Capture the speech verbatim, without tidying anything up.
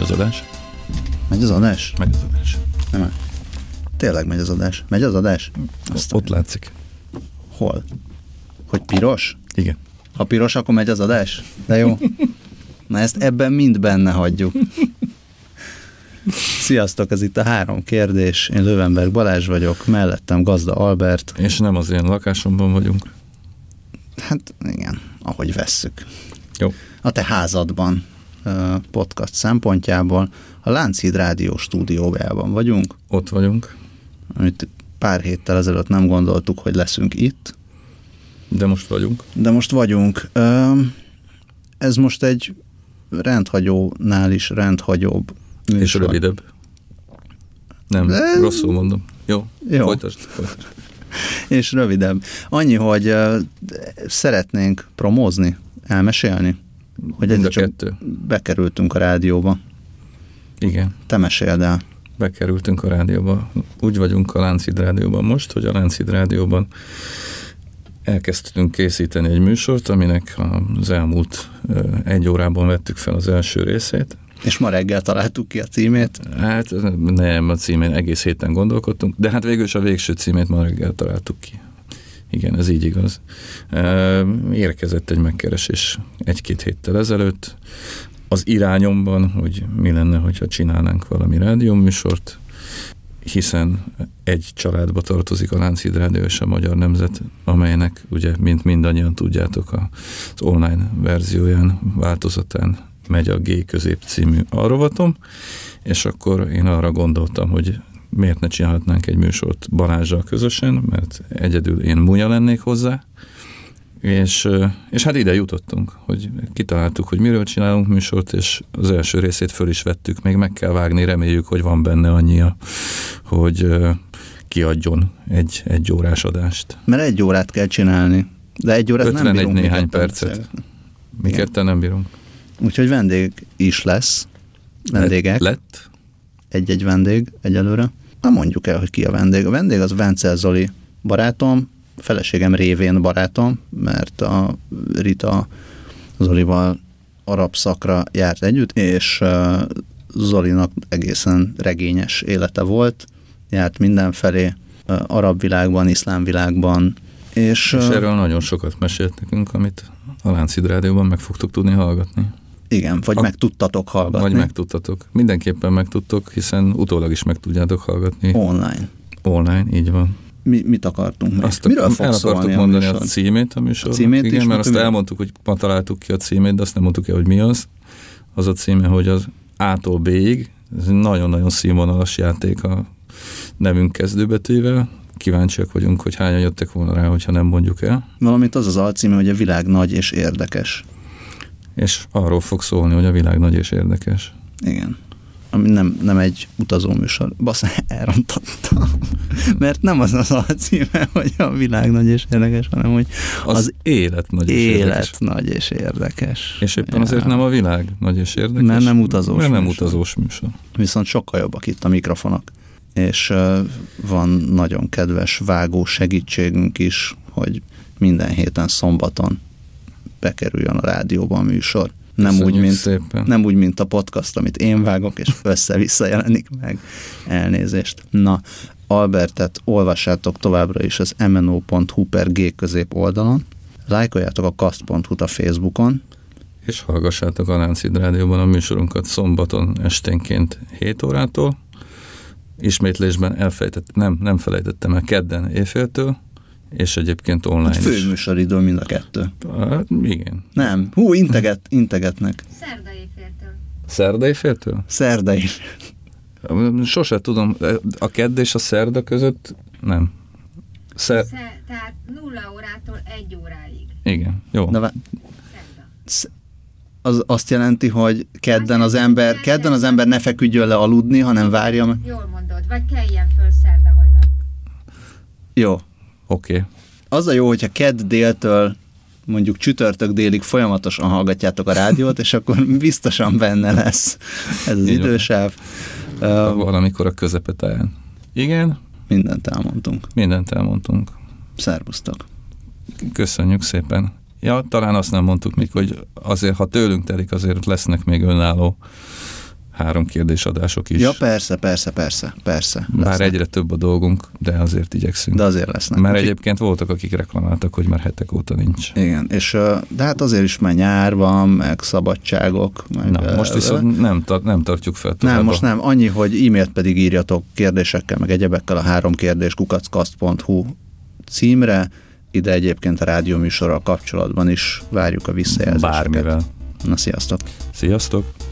az adás. Megy az adás? Megy az adás. Nem, tényleg megy az adás. Megy az adás? Aztán ott látszik. Hol? Hogy piros? Igen. Ha piros, akkor megy az adás? De jó. Na ezt ebben mind benne hagyjuk. Sziasztok, ez itt a három kérdés. Én Löwenberg Balázs vagyok, mellettem Gazda Albert. És nem az én lakásomban vagyunk. Hát igen, ahogy vesszük. Jó. A te házadban podcast szempontjából a Lánchíd Rádió stúdiójában vagyunk. Ott vagyunk. Amit pár héttel ezelőtt nem gondoltuk, hogy leszünk itt. De most vagyunk. De most vagyunk. Ez most egy rendhagyónál is rendhagyóbb műsor. És rövidebb. Nem, De... rosszul mondom. Jó, Jó. Folytasd, folytasd. És rövidebb. Annyi, hogy uh, szeretnénk promózni, elmesélni, hogy Mind a csak kettő. Bekerültünk a rádióba. Igen. Te meséld el. Bekerültünk a rádióba. Úgy vagyunk a Lánchíd Rádióban most, hogy a Lánchíd Rádióban elkezdtünk készíteni egy műsort, aminek az elmúlt egy órában vettük fel az első részét. És ma reggel találtuk ki a címét? Hát nem, a címén egész héten gondolkodtunk, de hát végül is a végső címét ma reggel találtuk ki. Igen, ez így igaz. Érkezett egy megkeresés egy-két héttel ezelőtt az irányomban, hogy mi lenne, hogyha csinálnánk valami rádióműsort, hiszen egy családba tartozik a Lánchíd Rádió és a Magyar Nemzet, amelynek ugye, mint mindannyian tudjátok, az online verzióján, változatán megy a G közép című alrovatom, és akkor én arra gondoltam, hogy miért ne csinálhatnánk egy műsort Balázsral közösen, mert egyedül én múnya lennék hozzá, és, és hát ide jutottunk, hogy kitaláltuk, hogy miről csinálunk műsort, és az első részét föl is vettük, még meg kell vágni, reméljük, hogy van benne annyia, hogy kiadjon egy, egy órás adást. Mert egy órát kell csinálni, de egy órát nem bírunk. néhány percet. Mi ketten nem bírunk. Úgyhogy vendég is lesz. Vendégek. Lett? Egy-egy vendég egyelőre. Na mondjuk el, hogy ki a vendég. A vendég az Vencel Zoli barátom, feleségem révén barátom, mert a Rita Zolival arab szakra járt együtt, és uh, Zolinak egészen regényes élete volt, járt mindenfelé, uh, arab világban, iszlám világban. És, és uh, erről nagyon sokat mesélt nekünk, amit a Lánchíd Rádióban meg fogtok tudni hallgatni. Igen, vagy a, meg tudtatok hallgatni. Vagy meg tudtatok. Mindenképpen meg tudtok, hiszen utólag is meg tudjátok hallgatni. Online. Online, így van. Mi, mit akartunk meg? Azt Miről fog el akartuk mondani a, a címét a műsornak. Címét igen, is, mert azt mi? elmondtuk, hogy ma találtuk ki a címét, de azt nem mondtuk el, hogy mi az. Az a címe, hogy az A-tól B-ig. Ez egy nagyon-nagyon színvonalas játék a nevünk kezdőbetűvel. Kíváncsiak vagyunk, hogy hányan jöttek volna rá, hogyha nem mondjuk el. Valamint az az alcíme, hogy a világ nagy és érdekes. És arról fog szólni, hogy a világ nagy és érdekes. Igen. Ami nem, nem egy utazóműsor. Basz, elrontottam. Mert nem az az alcíme, hogy a világ nagy és érdekes, hanem hogy az, az élet nagy és élet érdekes. nagy és érdekes. És éppen ja. azért nem a világ nagy és érdekes. Mert nem utazós Mert nem műsor. utazós műsor. Viszont sokkal jobbak itt a mikrofonok. És uh, van nagyon kedves vágó segítségünk is, hogy minden héten szombaton bekerüljön a rádióban a műsor. Nem úgy, mint, nem úgy, mint a podcast, amit én vágok, és össze-vissza jelenik meg. Elnézést. Na, Albertet olvassátok továbbra is az em en o pont hu per G közép oldalon, lájkoljátok a kast pont hu-t a Facebookon, és hallgassátok a Lánchíd Rádióban a műsorunkat szombaton esténként hét órától. Ismétlésben elfelejtett, nem, nem felejtettem el, kedden éjféltől, és egyébként online hát főműsoridő mind a kettő. Hát, igen. Nem. Hú, integet, integetnek. Szerdai féltől. Szerdai féltől? Szerdai. Sose tudom, a kedd és a szerda között nem. Szer... Szer, tehát nulla órától egy óráig. Igen, jó. De vá- az azt jelenti, hogy kedden az ember, kedden az ember ne feküdjön le aludni, hanem várja meg. Jól mondod, vagy keljen föl szerda hajnal. Jó. Oké. Okay. Az a jó, hogyha kedd déltől mondjuk csütörtök délig folyamatosan hallgatjátok a rádiót, és akkor biztosan benne lesz ez az idősáv. Uh, Valamikor a közepetáján. Igen. Mindent elmondtunk. Mindent elmondtunk. Szervusztok. Köszönjük szépen. Ja, talán azt nem mondtuk még, hogy azért, ha tőlünk telik, azért lesznek még önálló három kérdés adások is. Ja, persze, persze, persze, persze. Bár lesznek. egyre több a dolgunk, de azért igyekszünk. De azért lesznek. Már Úgyhogy- egyébként voltak, akik reklamáltak, hogy már hetek óta nincs. Igen, és ö, de hát azért is, mert nyár van, meg szabadságok. Meg, Na, ö, most viszont nem, tar- nem tartjuk fel tovább. Nem, a- most nem. Annyi, hogy e-mailt pedig írjatok kérdésekkel, meg egyebekkel a három kérdés kukackast pont hu címre. Ide egyébként a rádióműsorral kapcsolatban is várjuk a visszajelzéseket. Bármivel. Na, sziasztok! Sziasztok!